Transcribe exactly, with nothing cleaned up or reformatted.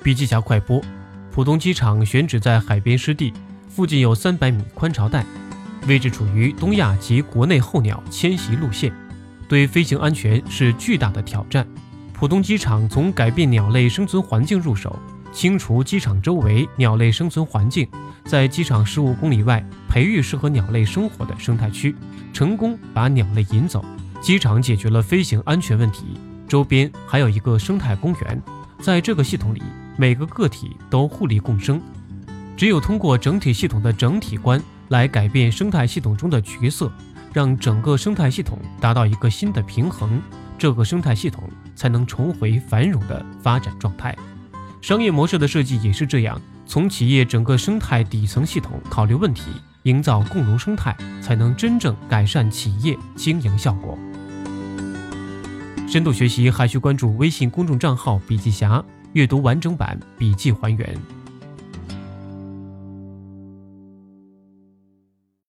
笔记侠快播：浦东机场选址在海边湿地，附近有三百米宽潮带，位置处于东亚及国内候鸟迁徙路线，对飞行安全是巨大的挑战。浦东机场从改变鸟类生存环境入手，清除机场周围鸟类生存环境，在机场十五公里外培育适合鸟类生活的生态区，成功把鸟类引走。机场解决了飞行安全问题，周边还有一个生态公园，在这个系统里，每个个体都互利共生。只有通过整体系统的整体观来改变生态系统中的角色，让整个生态系统达到一个新的平衡，这个生态系统才能重回繁荣的发展状态。商业模式的设计也是这样，从企业整个生态底层系统考虑问题，营造共荣生态，才能真正改善企业经营效果。深度学习还需关注微信公众账号笔记侠，阅读完整版笔记还原。